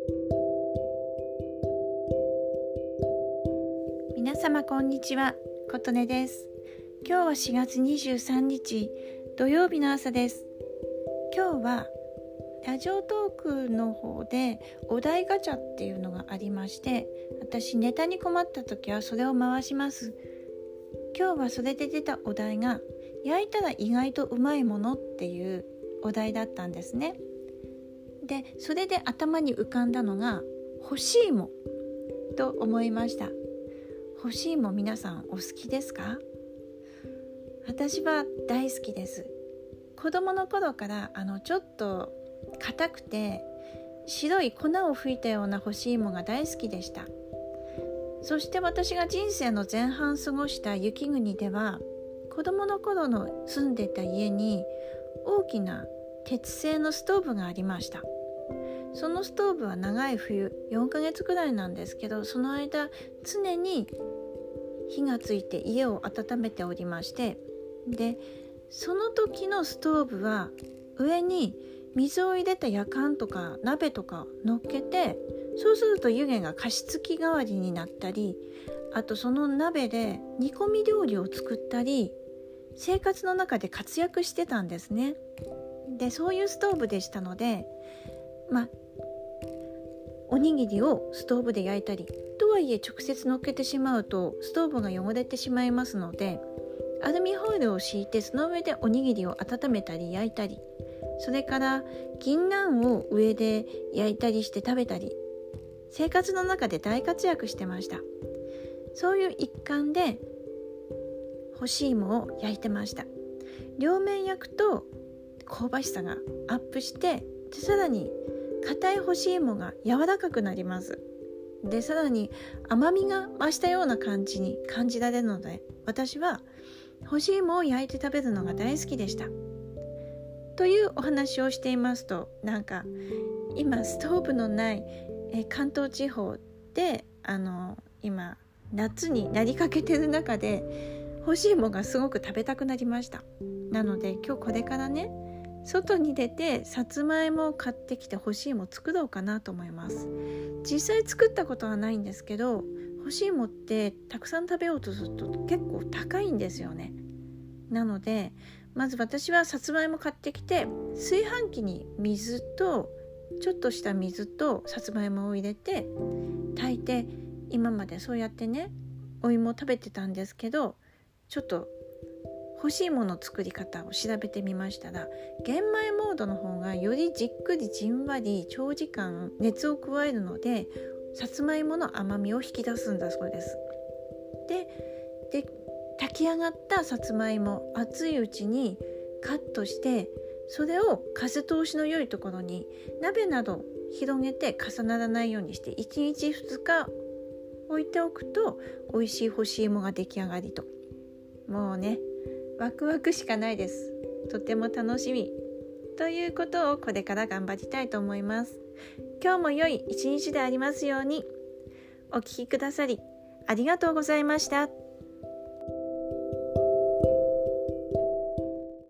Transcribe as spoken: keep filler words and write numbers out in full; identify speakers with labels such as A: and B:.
A: 皆様こんにちは、琴音です。今日はしがつにじゅうさんにち土曜日の朝です。今日はラジオトークの方でお題ガチャっていうのがありまして、私ネタに困った時はそれを回します。今日はそれで出たお題が焼いたら意外とうまいものっていうお題だったんですね。で、それで頭に浮かんだのが干し芋と思いました。干し芋皆さんお好きですか？私は大好きです。子供の頃からあのちょっと硬くて白い粉を吹いたような干し芋が大好きでした。そして私が人生の前半過ごした雪国では、子供の頃の住んでた家に大きな鉄製のストーブがありました。そのストーブは長い冬よんかげつくらいなんですけど、その間常に火がついて家を温めておりまして、でその時のストーブは上に水を入れたやかんとか鍋とか乗っけて、そうすると湯気が加湿器代わりになったり、あとその鍋で煮込み料理を作ったり、生活の中で活躍してたんですね。でそういうストーブでしたので、まあおにぎりをストーブで焼いたり、とはいえ直接乗っけてしまうとストーブが汚れてしまいますので、アルミホイルを敷いてその上でおにぎりを温めたり焼いたり、それから銀杏を上で焼いたりして食べたり、生活の中で大活躍してました。そういう一環で干し芋を焼いてました。両面焼くと香ばしさがアップして、でさらに硬い干し芋が柔らかくなります。でさらに甘みが増したような感じに感じられるので、私は干し芋を焼いて食べるのが大好きでした。というお話をしていますと、なんか今ストーブのないえ関東地方であの今夏になりかけてる中で干し芋がすごく食べたくなりました。なので今日これからね、外に出てさつまいもを買ってきて干し芋作ろうかなと思います。実際作ったことはないんですけど、干し芋ってたくさん食べようとすると結構高いんですよね。なのでまず私はさつまいも買ってきて、炊飯器に水とちょっとした水とさつまいもを入れて炊いて、今までそうやってねお芋を食べてたんですけど、ちょっと干し芋の作り方を調べてみましたら、玄米モードの方がよりじっくりじんわり長時間熱を加えるので、さつまいもの甘みを引き出すんだそうです。で、で炊き上がったさつまいも、熱いうちにカットして、それを風通しの良いところに鍋など広げて重ならないようにしていちにちふつか置いておくと美味しい干し芋が出来上がりと。もうねワクワクしかないです。とても楽しみということをこれから頑張りたいと思います。今日も良い一日でありますように。お聞きくださりありがとうございました。